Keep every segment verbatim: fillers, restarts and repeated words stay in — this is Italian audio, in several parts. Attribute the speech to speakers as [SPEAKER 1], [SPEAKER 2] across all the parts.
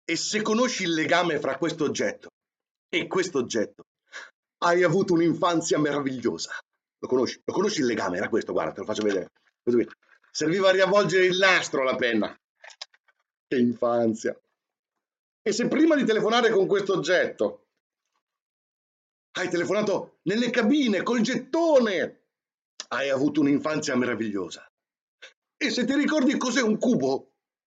[SPEAKER 1] E se conosci il legame fra questo oggetto e questo oggetto, hai avuto un'infanzia meravigliosa. Lo conosci? Lo conosci il legame? Era questo, guarda, te lo faccio vedere. Questo qui. Serviva a riavvolgere il nastro la penna. Che infanzia. E se prima di telefonare con questo oggetto hai telefonato nelle cabine col gettone, hai avuto un'infanzia meravigliosa. E se ti ricordi cos'è un cubo?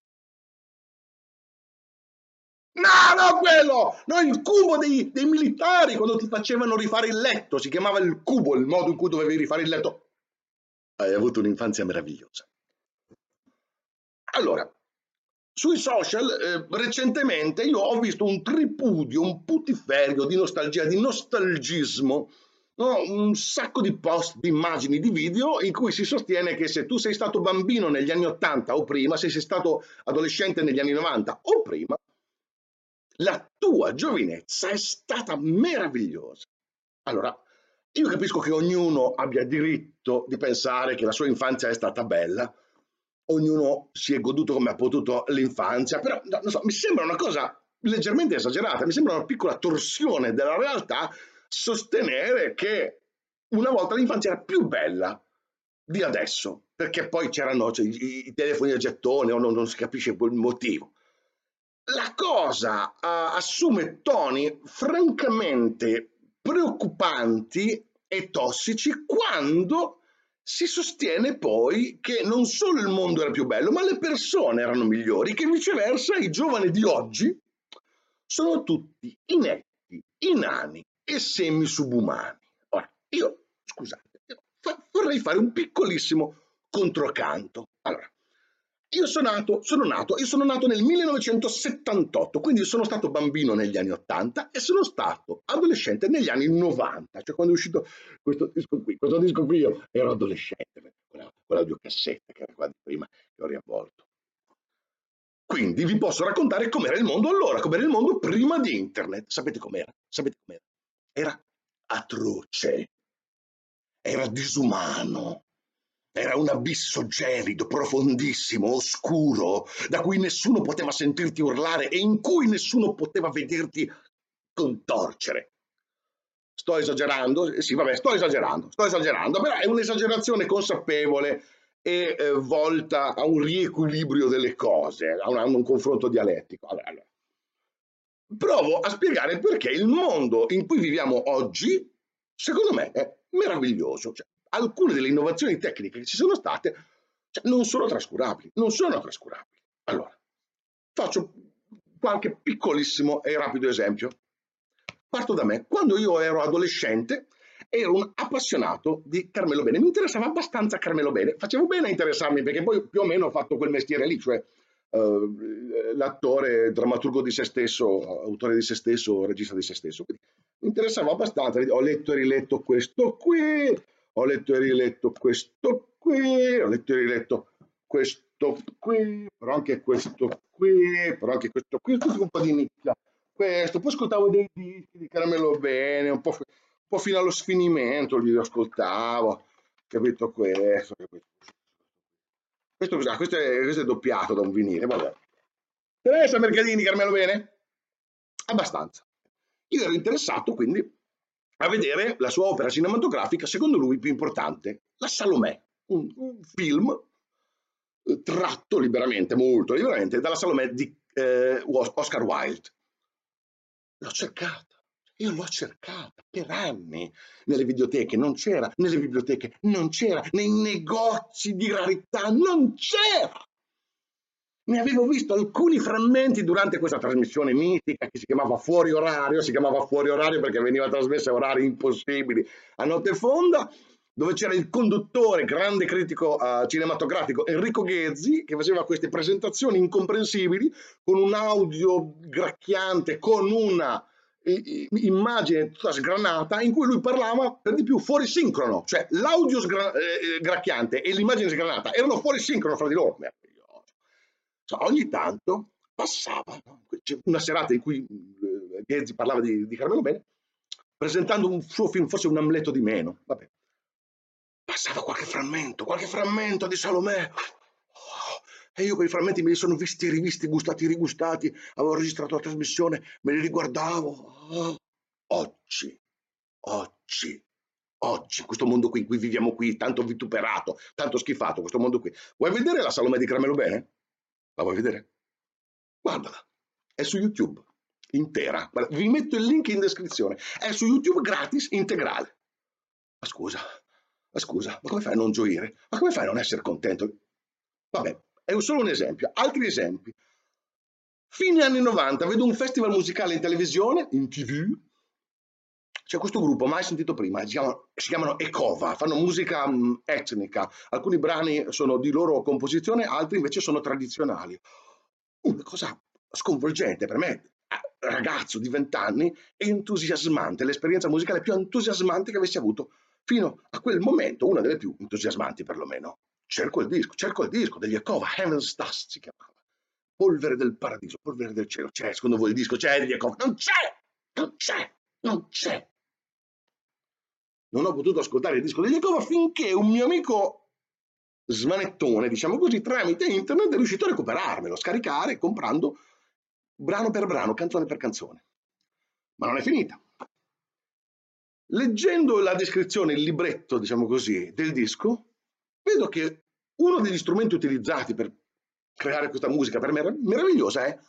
[SPEAKER 1] No, no, quello! No, il cubo dei, dei militari quando ti facevano rifare il letto. Si chiamava il cubo, il modo in cui dovevi rifare il letto. Hai avuto un'infanzia meravigliosa. Allora, sui social eh, recentemente io ho visto un tripudio, un putiferio di nostalgia, di nostalgismo, no? Un sacco di post, di immagini, di video in cui si sostiene che se tu sei stato bambino negli anni ottanta o prima, se sei stato adolescente negli anni novanta o prima, la tua giovinezza è stata meravigliosa. Allora, io capisco che ognuno abbia diritto di pensare che la sua infanzia è stata bella, ognuno si è goduto come ha potuto l'infanzia, però no, non so, mi sembra una cosa leggermente esagerata, mi sembra una piccola torsione della realtà sostenere che una volta l'infanzia era più bella di adesso, perché poi c'erano cioè, i, i telefoni a gettone o non, non si capisce il motivo. La cosa uh, assume toni francamente preoccupanti e tossici quando si sostiene poi che non solo il mondo era più bello, ma le persone erano migliori, che viceversa i giovani di oggi sono tutti inetti, inani e semisubumani. Ora, io, scusate, vorrei fare un piccolissimo controcanto. Allora, io sono nato, sono nato, io sono nato nel millenovecentosettantotto, quindi sono stato bambino negli anni ottanta e sono stato adolescente negli anni novanta, cioè quando è uscito questo disco qui, questo disco qui io ero adolescente, quella, quella audiocassetta che era qua di prima che ho riavvolto. Quindi vi posso raccontare com'era il mondo allora, com'era il mondo prima di internet. Sapete com'era? Sapete com'era? Era atroce, era disumano. Era un abisso gelido, profondissimo, oscuro, da cui nessuno poteva sentirti urlare e in cui nessuno poteva vederti contorcere. Sto esagerando? Sì, vabbè, sto esagerando, sto esagerando, però è un'esagerazione consapevole e eh, volta a un riequilibrio delle cose, a un, a un confronto dialettico. Allora, allora. Provo a spiegare perché il mondo in cui viviamo oggi, secondo me, è meraviglioso. Cioè, alcune delle innovazioni tecniche che ci sono state cioè, non sono trascurabili, non sono trascurabili. Allora, faccio qualche piccolissimo e rapido esempio. Parto da me. Quando io ero adolescente ero un appassionato di Carmelo Bene, mi interessava abbastanza Carmelo Bene, facevo bene a interessarmi perché poi più o meno ho fatto quel mestiere lì, cioè uh, l'attore, drammaturgo di se stesso, autore di se stesso, regista di se stesso. Quindi mi interessava abbastanza, ho letto e riletto questo qui, ho letto e riletto questo qui, ho letto e riletto questo qui, però anche questo qui, però anche questo qui, tutti un po' di nicchia. Questo, poi ascoltavo dei dischi di Caramello Bene, un po', un po' fino allo sfinimento li ascoltavo, capito questo, capito? Questo, cos'è? Questo, è, questo è doppiato da un vinile, vabbè. Teresa Mercadini, Carmelo Bene? Abbastanza. Io ero interessato quindi a vedere la sua opera cinematografica, secondo lui più importante, La Salomè, un, un film eh, tratto liberamente, molto liberamente, dalla Salomè di eh, Oscar Wilde. L'ho cercata, io l'ho cercata per anni nelle videoteche, non c'era, nelle biblioteche non c'era, nei negozi di rarità non c'era. Ne avevo visto alcuni frammenti durante questa trasmissione mitica che si chiamava Fuori Orario, si chiamava Fuori Orario perché veniva trasmessa a orari impossibili a notte fonda, dove c'era il conduttore, grande critico uh, cinematografico Enrico Ghezzi, che faceva queste presentazioni incomprensibili con un audio gracchiante, con una i, i, immagine tutta sgranata in cui lui parlava per di più fuori sincrono, cioè l'audio sgra- eh, gracchiante e l'immagine sgranata erano fuori sincrono fra di loro. Cioè, ogni tanto passava, no? Una serata in cui eh, Ghezzi parlava di, di Carmelo Bene, presentando un suo film, forse un Amleto di meno, vabbè. Passava qualche frammento, qualche frammento di Salomè. Oh, E io quei frammenti me li sono visti, rivisti, gustati, rigustati, avevo registrato la trasmissione, me li riguardavo. Oh, oggi, oggi, oggi, in questo mondo qui in cui viviamo qui, tanto vituperato, tanto schifato, questo mondo qui. Vuoi vedere la Salome di Caramelo Bene? La vuoi vedere? Guardala, è su YouTube, intera. Guarda, vi metto il link in descrizione. È su YouTube gratis, integrale. Ma scusa, ma scusa, ma come fai a non gioire? Ma come fai a non essere contento? Vabbè, è solo un esempio. Altri esempi. Fine anni novanta, vedo un festival musicale in televisione, in tivù. C'è questo gruppo, mai sentito prima, si chiamano, si chiamano Ecova, fanno musica mh, etnica. Alcuni brani sono di loro composizione, altri invece sono tradizionali. Una cosa sconvolgente per me, eh, ragazzo di venti anni, entusiasmante, l'esperienza musicale più entusiasmante che avessi avuto fino a quel momento, una delle più entusiasmanti perlomeno. Cerco il disco, cerco il disco degli Ecova, Heaven's Dust si chiamava. Polvere del paradiso, polvere del cielo. C'è, secondo voi il disco c'è degli Ecova? Non c'è, non c'è, non c'è. Non ho potuto ascoltare il disco degli Ecova finché un mio amico smanettone, diciamo così, tramite internet è riuscito a recuperarmelo, scaricare, comprando brano per brano, canzone per canzone. Ma non è finita. Leggendo la descrizione, il libretto, diciamo così, del disco, vedo che uno degli strumenti utilizzati per creare questa musica per me meravigliosa è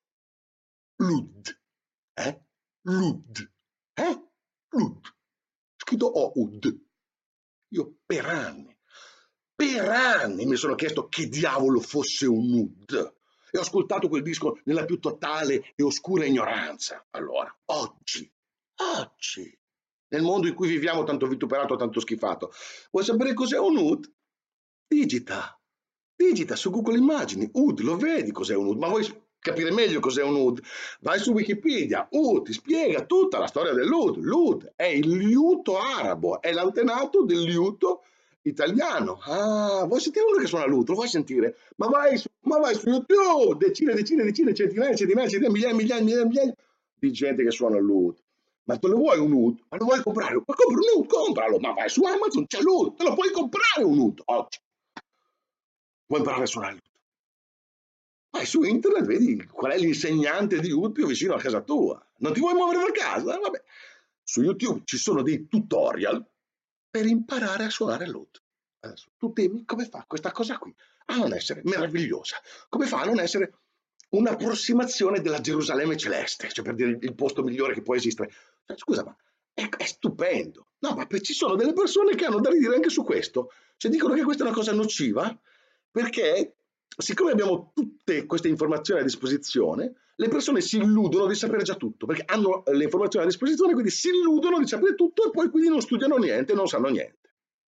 [SPEAKER 1] l'ud. Eh? L'ud. Eh? L'ud. Scritto O-ud. Io per anni, per anni mi sono chiesto che diavolo fosse un ud e ho ascoltato quel disco nella più totale e oscura ignoranza. Allora, oggi, oggi, nel mondo in cui viviamo tanto vituperato, tanto schifato, vuoi sapere cos'è un ud? Digita, digita su Google Immagini, ud, lo vedi cos'è un ud, ma vuoi capire meglio cos'è un ud? Vai su Wikipedia, ud ti spiega tutta la storia dell'ud. L'ud è il liuto arabo, è l'antenato del liuto italiano. Ah, vuoi sentire uno che suona l'ud? Lo vuoi sentire? Ma vai su, ma vai su YouTube, decine, decine, decine, centinaia, centinaia, centinaia, migliaia, migliaia, migliaia, migliaia di gente che suona l'ud. Ma te lo vuoi un ud? Ma lo vuoi comprare? Ma compra un ud, compralo. Ma vai su Amazon, c'è l'ud, te lo puoi comprare un ud oggi. Vuoi imparare a suonare l'ud? Vai su internet, vedi qual è l'insegnante di ud più vicino a casa tua. Non ti vuoi muovere da casa? Vabbè. Su YouTube ci sono dei tutorial per imparare a suonare l'ud. Adesso tu temi come fa questa cosa qui a non essere meravigliosa? Come fa a non essere un'approssimazione della Gerusalemme celeste, cioè per dire il posto migliore che può esistere? Cioè, scusa, ma è, è stupendo. No, ma ci sono delle persone che hanno da ridire anche su questo. Cioè dicono che questa è una cosa nociva perché siccome abbiamo tutte queste informazioni a disposizione, le persone si illudono di sapere già tutto, perché hanno le informazioni a disposizione, quindi si illudono di sapere tutto e poi quindi non studiano niente, non sanno niente.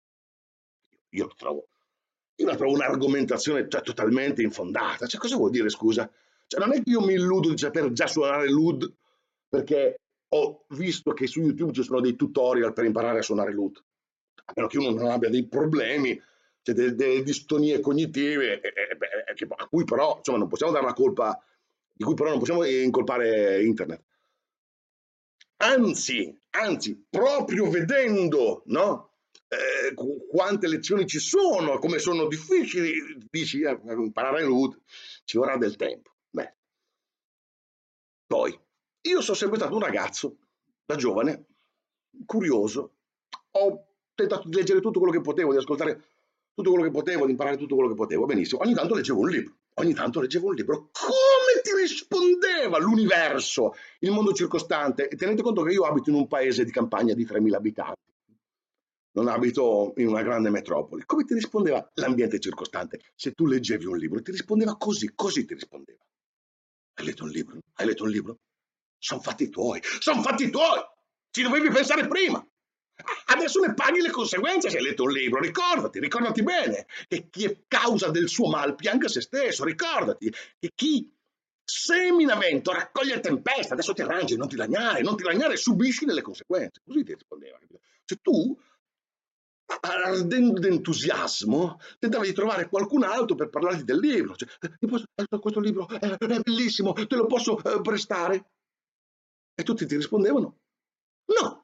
[SPEAKER 1] Io lo trovo, io la trovo un'argomentazione cioè, totalmente infondata. Cioè, cosa vuol dire, scusa? Cioè, non è che io mi illudo di saper già suonare l'ud perché ho visto che su YouTube ci sono dei tutorial per imparare a suonare l'ud. A meno che uno non abbia dei problemi, cioè delle, delle distonie cognitive, eh, eh, beh, che- a cui però insomma, non possiamo dare la colpa, di cui però non possiamo incolpare internet. Anzi, anzi, proprio vedendo, no? Eh, qu- quante lezioni ci sono, come sono difficili, dici, eh, imparare l'ud, ci vorrà del tempo. Beh, poi, io sono sempre stato un ragazzo, da giovane, curioso, ho tentato di leggere tutto quello che potevo, di ascoltare tutto quello che potevo, di imparare tutto quello che potevo, benissimo. Ogni tanto leggevo un libro, ogni tanto leggevo un libro. Come ti rispondeva l'universo, il mondo circostante? E tenete conto che io abito in un paese di campagna di tremila abitanti, non abito in una grande metropoli. Come ti rispondeva l'ambiente circostante? Se tu leggevi un libro, ti rispondeva così, così ti rispondeva. Hai letto un libro? Hai letto un libro? Sono fatti tuoi, sono fatti tuoi! Ci dovevi pensare prima! Adesso ne paghi le conseguenze se hai letto un libro, ricordati, ricordati bene che chi è causa del suo mal pianga se stesso, ricordati che chi semina vento raccoglie tempesta, adesso ti arrangi, non ti lagnare, non ti lagnare, subisci delle conseguenze. Così ti rispondeva. Cioè tu, ardendo d'entusiasmo, tentavi di trovare qualcun altro per parlargli del libro. Cioè, "Ti posso- questo libro è, è bellissimo, te lo posso eh, prestare? E tutti ti rispondevano no.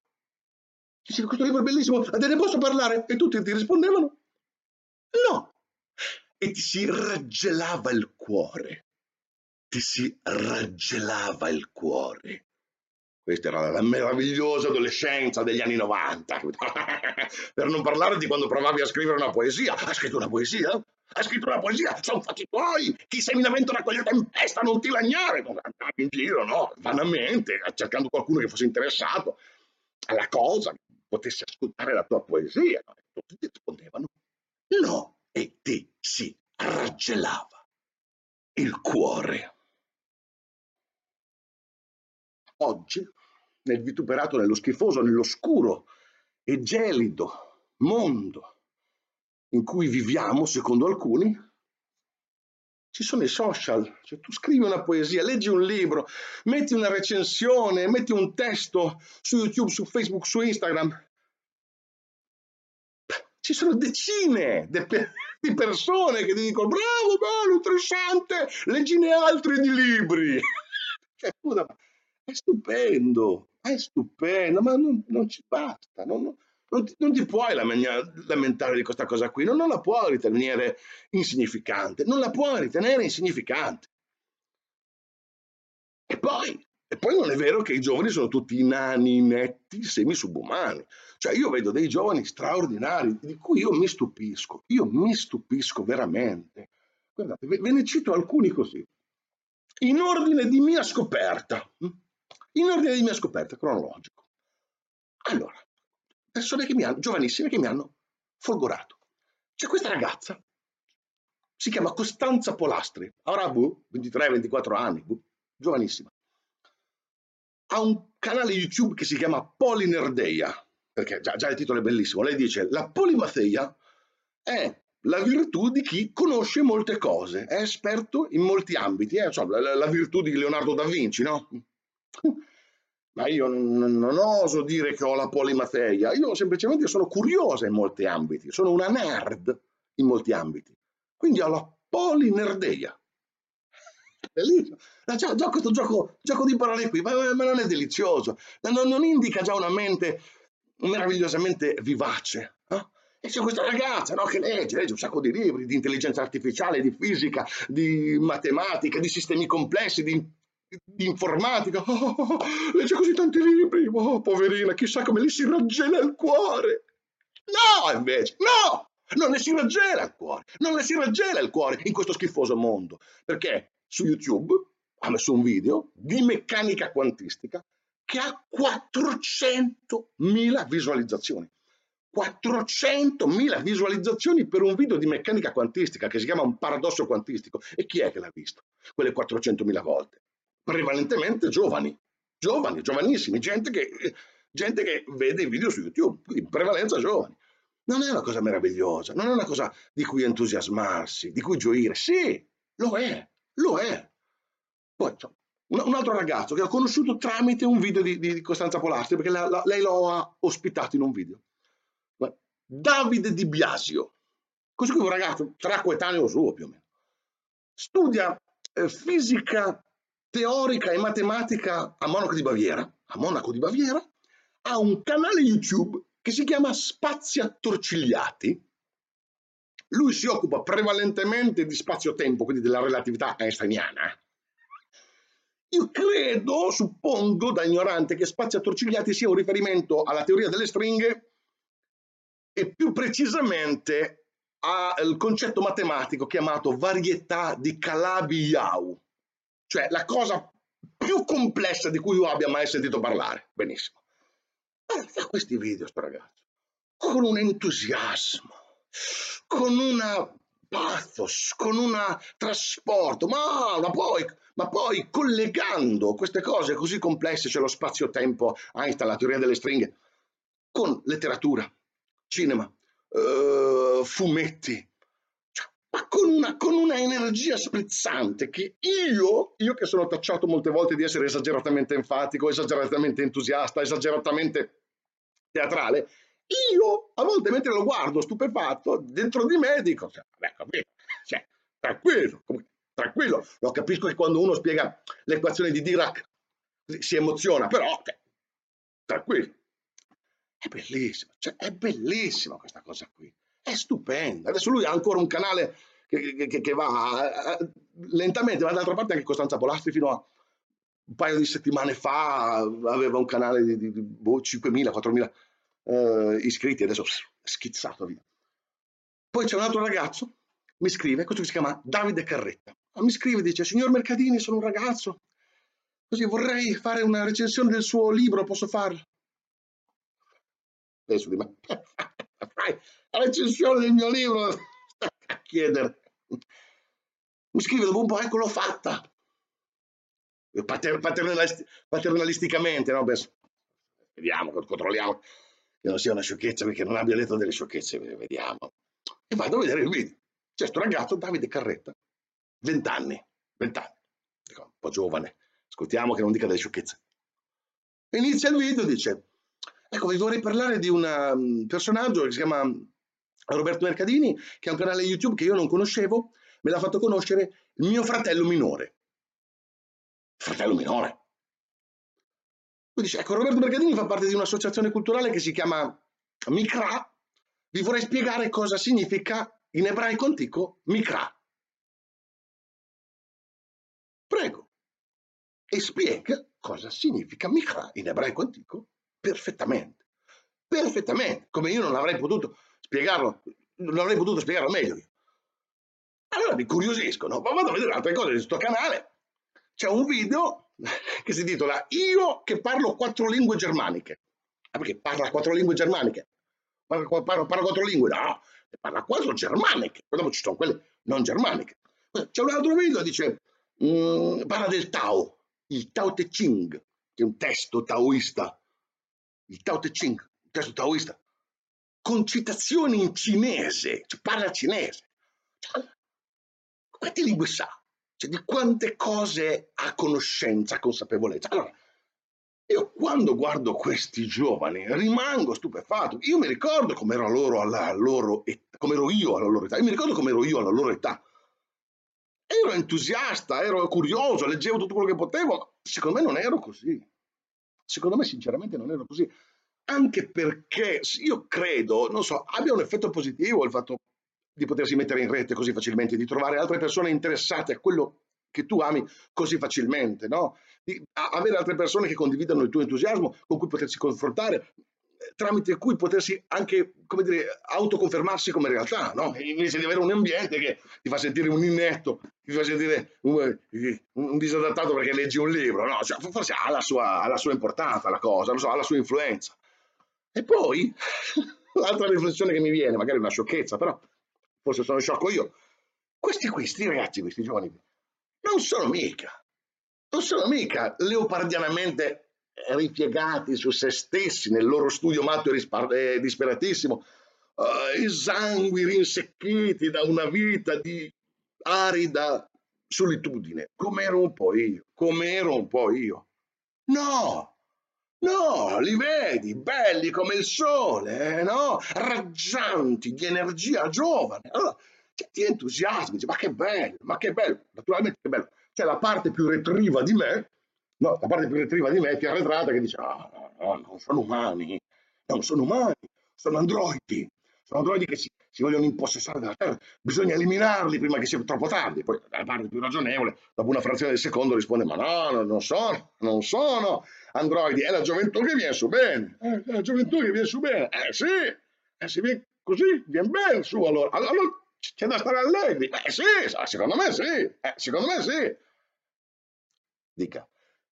[SPEAKER 1] Dicevi, questo libro è bellissimo, te ne posso parlare? E tutti ti rispondevano no. e ti si raggelava il cuore, ti si raggelava il cuore. Questa era la meravigliosa adolescenza degli anni novanta. Per non parlare di quando provavi a scrivere una poesia. Hai scritto una poesia? Hai scritto una poesia? Sono fatti tuoi! Chi seminamento raccoglieta in testa, non ti lagnare! Non andavi in giro, no? Vanamente, cercando qualcuno che fosse interessato alla cosa, che potesse ascoltare la tua poesia. No? Tutti ti rispondevano no, e ti si raggelava il cuore. Oggi, nel vituperato, nello schifoso, nell'oscuro e gelido mondo in cui viviamo, secondo alcuni, ci sono i social. Cioè, tu scrivi una poesia, leggi un libro, metti una recensione, metti un testo su YouTube, su Facebook, su Instagram. Ci sono decine di persone che ti dicono bravo, bello, interessante, leggine altri di libri. Cioè, scusa, è stupendo, è stupendo, ma non, non ci basta, non, non, ti, non ti puoi lamentare di questa cosa qui, non, non la puoi ritenere insignificante, non la puoi ritenere insignificante. E poi, e poi non è vero che i giovani sono tutti nani, inetti, semi-subumani. Cioè io vedo dei giovani straordinari di cui io mi stupisco, io mi stupisco veramente. Guardate, ve, ve ne cito alcuni così, in ordine di mia scoperta, in ordine di mia scoperta cronologico. Allora, persone che mi hanno, giovanissime che mi hanno folgorato. C'è questa ragazza, si chiama Costanza Polastri, avrà boh, ventitré ventiquattro anni, boh, giovanissima. Ha un canale YouTube che si chiama Polinerdeia, perché già, già il titolo è bellissimo. Lei dice: la polimatheia è la virtù di chi conosce molte cose, è esperto in molti ambiti, eh? Cioè, la, la virtù di Leonardo da Vinci, no? Ma io non, non oso dire che ho la polimatheia, io semplicemente sono curiosa in molti ambiti, sono una nerd in molti ambiti, quindi ho la polinerdeia. Bellissimo. Ah, già, già questo gioco, gioco di parole qui, ma, ma non è delizioso, non, non indica già una mente meravigliosamente vivace. No? E c'è questa ragazza, no, che legge, legge un sacco di libri di intelligenza artificiale, di fisica, di matematica, di sistemi complessi, di, di informatica. Oh, oh, oh, legge così tanti libri, oh, poverina, chissà come le si raggela il cuore. No, invece, no! Non le si raggela il cuore, non le si raggela il cuore in questo schifoso mondo, perché su YouTube ha messo un video di meccanica quantistica che ha quattrocentomila visualizzazioni. quattrocentomila visualizzazioni per un video di meccanica quantistica che si chiama un paradosso quantistico. E chi è che l'ha visto? Quelle quattrocentomila volte. Prevalentemente giovani, giovani, giovanissimi, gente che, gente che vede i video su YouTube, quindi prevalenza giovani. Non è una cosa meravigliosa, non è una cosa di cui entusiasmarsi, di cui gioire. Sì, lo è, lo è. Poi un, un altro ragazzo che ho conosciuto tramite un video di, di Costanza Polastri, perché la, la, lei lo ha ospitato in un video. Davide Di Biasio, così come un ragazzo tracoetaneo suo più o meno. Studia eh, fisica teorica e matematica a Monaco di Baviera, a Monaco di Baviera, ha un canale YouTube che si chiama Spazia Torcigliati. Lui si occupa prevalentemente di spazio-tempo, quindi della relatività einsteiniana. Io credo, suppongo da ignorante, che Spazio Torcigliati sia un riferimento alla teoria delle stringhe e più precisamente al concetto matematico chiamato varietà di Calabi-Yau, cioè la cosa più complessa di cui io abbia mai sentito parlare. Benissimo. Allora, fa questi video sto ragazzo, con un entusiasmo, con una pathos, con un trasporto, ma, ma, poi, ma poi collegando queste cose così complesse, cioè lo spazio-tempo, Einstein, la teoria delle stringhe, con letteratura, cinema, eh, fumetti, cioè, ma con una, con una energia sprezzante che io, io che sono tacciato molte volte di essere esageratamente enfatico, esageratamente entusiasta, esageratamente teatrale, io a volte mentre lo guardo stupefatto, dentro di me dico, cioè, vabbè, capito, cioè, tranquillo, tranquillo, lo capisco che quando uno spiega l'equazione di Dirac si emoziona, però, cioè, tranquillo. È bellissimo, cioè è bellissima questa cosa qui, è stupenda. Adesso lui ha ancora un canale che, che, che va lentamente, ma d'altra parte anche Costanza Polastri fino a un paio di settimane fa aveva un canale di, di, di boh, cinquemila, quattromila eh, iscritti, adesso pff, è schizzato via. Poi c'è un altro ragazzo, mi scrive, questo che si chiama Davide Carretta, mi scrive e dice: signor Mercadini, sono un ragazzo, così vorrei fare una recensione del suo libro, posso farla? Penso di me, fai la recensione del mio libro, a chiedere. Mi scrive dopo un po', ecco l'ho fatta. Pater, paternalist, paternalisticamente, no? Beh, vediamo, controlliamo che non sia una sciocchezza, perché non abbia detto delle sciocchezze, vediamo. E vado a vedere il video. C'è questo ragazzo, Davide Carretta, venti anni, venti anni, un po' giovane, ascoltiamo che non dica delle sciocchezze. Inizia il video e dice: ecco, vi vorrei parlare di un um, personaggio che si chiama Roberto Mercadini, che ha un canale YouTube che io non conoscevo, me l'ha fatto conoscere il mio fratello minore. Fratello minore. Poi dice: ecco, Roberto Mercadini fa parte di un'associazione culturale che si chiama Mikra. Vi vorrei spiegare cosa significa in ebraico antico Mikra. Prego. E spiega cosa significa Mikra in ebraico antico perfettamente. Perfettamente, come io non avrei potuto spiegarlo, non avrei potuto spiegarlo meglio io. Allora mi incuriosisco, no? Ma vado a vedere altre cose di questo canale. C'è un video che si intitola Io che parlo quattro lingue germaniche. Ah, perché parla quattro lingue germaniche? Parla, parla, parla quattro lingue? No, parla quattro germaniche. Poi dopo ci sono quelle non germaniche. C'è un altro video che dice, mh, parla del Tao, il Tao Te Ching, che è un testo taoista. Il Tao Te Ching, un testo taoista, con citazioni in cinese, cioè parla cinese. Cioè, quante lingue sa? Cioè, di quante cose ha conoscenza, consapevolezza? Allora, io quando guardo questi giovani rimango stupefatto. Io mi ricordo come ero loro alla loro età, come ero io alla loro età. Io mi ricordo come ero io alla loro età. Ero entusiasta, ero curioso, leggevo tutto quello che potevo, ma secondo me non ero così. Secondo me sinceramente non ero così. Anche perché io credo, non so, abbia un effetto positivo il fatto di potersi mettere in rete così facilmente, di trovare altre persone interessate a quello che tu ami così facilmente, no? Di avere altre persone che condividano il tuo entusiasmo, con cui potersi confrontare, tramite cui potersi anche, come dire, autoconfermarsi come realtà, no? Invece di avere un ambiente che ti fa sentire un inetto, ti fa sentire un, un disadattato perché leggi un libro, no? Cioè, forse ha la, sua, ha la sua importanza la cosa, non so, ha la sua influenza. E poi, l'altra riflessione che mi viene, magari una sciocchezza, però forse sono sciocco io, questi, questi ragazzi, questi giovani, non sono mica, non sono mica leopardianamente ripiegati su se stessi nel loro studio matto e disperatissimo, uh, esangui, rinsecchiti da una vita di arida solitudine, come ero un po' io, come ero un po' io. No, no, li vedi, belli come il sole, eh, no? Raggianti di energia giovane. Allora, cioè, ti entusiasmi, dici, ma che bello, ma che bello. Naturalmente che bello. C'è la parte più retriva di me, no, la parte più retriva di me è più arretrata che dice, ah, no, no, non sono umani, non sono umani, sono androidi, sono androidi che si, si vogliono impossessare della Terra, bisogna eliminarli prima che sia troppo tardi. Poi la parte più ragionevole, dopo una frazione di secondo, risponde, ma no, no non sono, non sono androidi, è la gioventù che viene su bene, eh, è la gioventù che viene su bene, eh sì, eh, si viene così, viene bene su allora, allora c'è da stare allegri, eh sì, secondo me sì, eh, secondo me sì. Dica,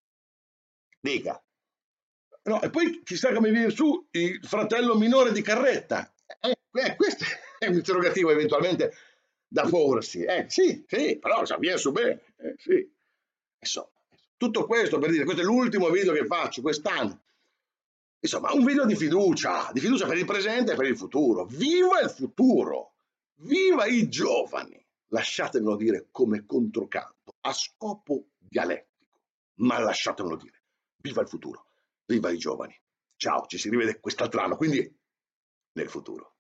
[SPEAKER 1] dica. No, e poi chissà come viene su il fratello minore di Carretta. Eh, eh, questo è un interrogativo eventualmente da porsi. Eh, sì, sì, però sa, viene su bene. Eh, sì. Insomma, tutto questo per dire, questo è l'ultimo video che faccio quest'anno. Insomma, un video di fiducia, di fiducia per il presente e per il futuro. Viva il futuro! Viva i giovani! Lasciatemelo dire come controcanto, a scopo dialettico, ma lasciatemelo dire. Viva il futuro! Viva i giovani! Ciao, ci si rivede quest'altro anno, quindi nel futuro.